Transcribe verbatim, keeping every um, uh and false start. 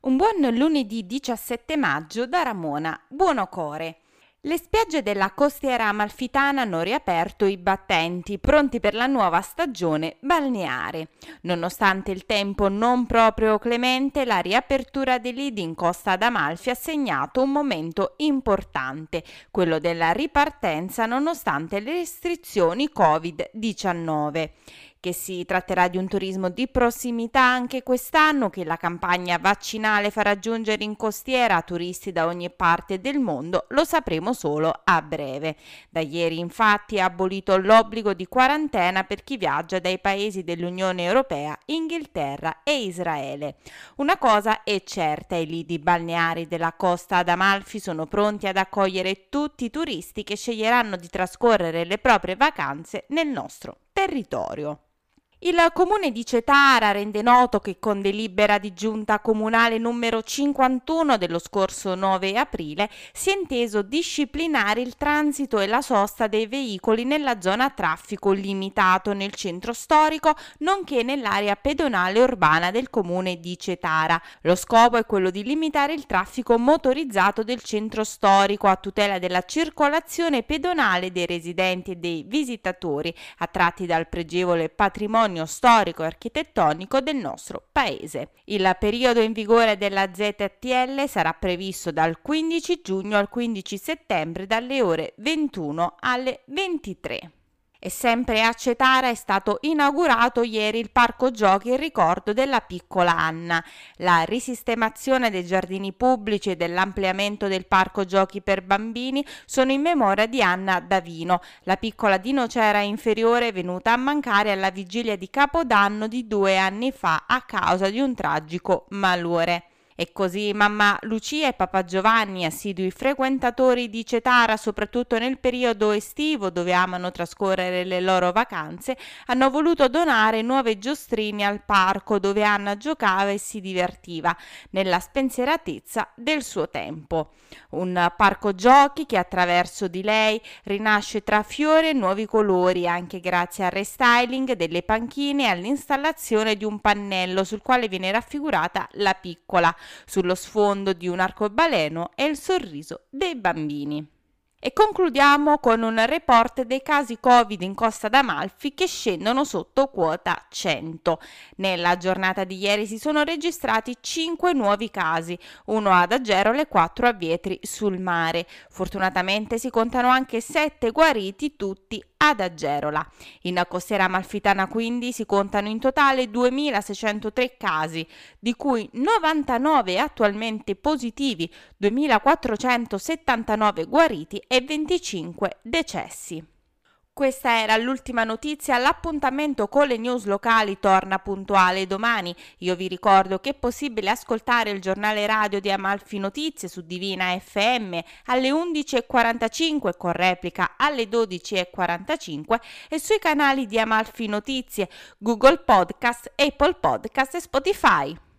Un buon lunedì diciassette maggio da Ramona Buonocore. Le spiagge della costiera amalfitana hanno riaperto i battenti, pronti per la nuova stagione balneare. Nonostante il tempo non proprio clemente, la riapertura dei lidi in Costa d'Amalfi ha segnato un momento importante, quello della ripartenza nonostante le restrizioni covid diciannove. Che si tratterà di un turismo di prossimità anche quest'anno, che la campagna vaccinale farà giungere in costiera turisti da ogni parte del mondo, lo sapremo solo a breve. Da ieri infatti ha abolito l'obbligo di quarantena per chi viaggia dai paesi dell'Unione Europea, Inghilterra e Israele. Una cosa è certa, i lidi balneari della Costa d'Amalfi sono pronti ad accogliere tutti i turisti che sceglieranno di trascorrere le proprie vacanze nel nostro territorio. Il comune di Cetara rende noto che con delibera di giunta comunale numero cinquantuno dello scorso nove aprile si è inteso disciplinare il transito e la sosta dei veicoli nella zona a traffico limitato nel centro storico, nonché nell'area pedonale urbana del comune di Cetara. Lo scopo è quello di limitare il traffico motorizzato del centro storico a tutela della circolazione pedonale dei residenti e dei visitatori attratti dal pregevole patrimonio storico e architettonico del nostro paese. Il periodo in vigore della Z T L sarà previsto dal quindici giugno al quindici settembre dalle ore ventuno alle ventitré. E sempre a Cetara è stato inaugurato ieri il parco giochi in ricordo della piccola Anna. La risistemazione dei giardini pubblici e dell'ampliamento del parco giochi per bambini sono in memoria di Anna Davino, la piccola dinocera inferiore venuta a mancare alla vigilia di Capodanno di due anni fa a causa di un tragico malore. E così mamma Lucia e papà Giovanni, assidui frequentatori di Cetara soprattutto nel periodo estivo dove amano trascorrere le loro vacanze, hanno voluto donare nuove giostrine al parco dove Anna giocava e si divertiva nella spensieratezza del suo tempo. Un parco giochi che attraverso di lei rinasce tra fiori e nuovi colori, anche grazie al restyling delle panchine e all'installazione di un pannello sul quale viene raffigurata la piccola, sullo sfondo di un arcobaleno e il sorriso dei bambini. E concludiamo con un report dei casi Covid in Costa d'Amalfi che scendono sotto quota cento. Nella giornata di ieri si sono registrati cinque nuovi casi, uno ad Agerola e quattro a Vietri sul Mare. Fortunatamente si contano anche sette guariti, tutti ad Agerola. In costiera amalfitana quindi si contano in totale duemilaseicentotre casi, di cui novantanove attualmente positivi, duemilaquattrocentosettantanove guariti e venticinque decessi. Questa era l'ultima notizia, l'appuntamento con le news locali torna puntuale domani. Io vi ricordo che è possibile ascoltare il giornale radio di Amalfi Notizie su Divina F M alle undici e quarantacinque con replica alle dodici e quarantacinque e sui canali di Amalfi Notizie, Google Podcast, Apple Podcast e Spotify.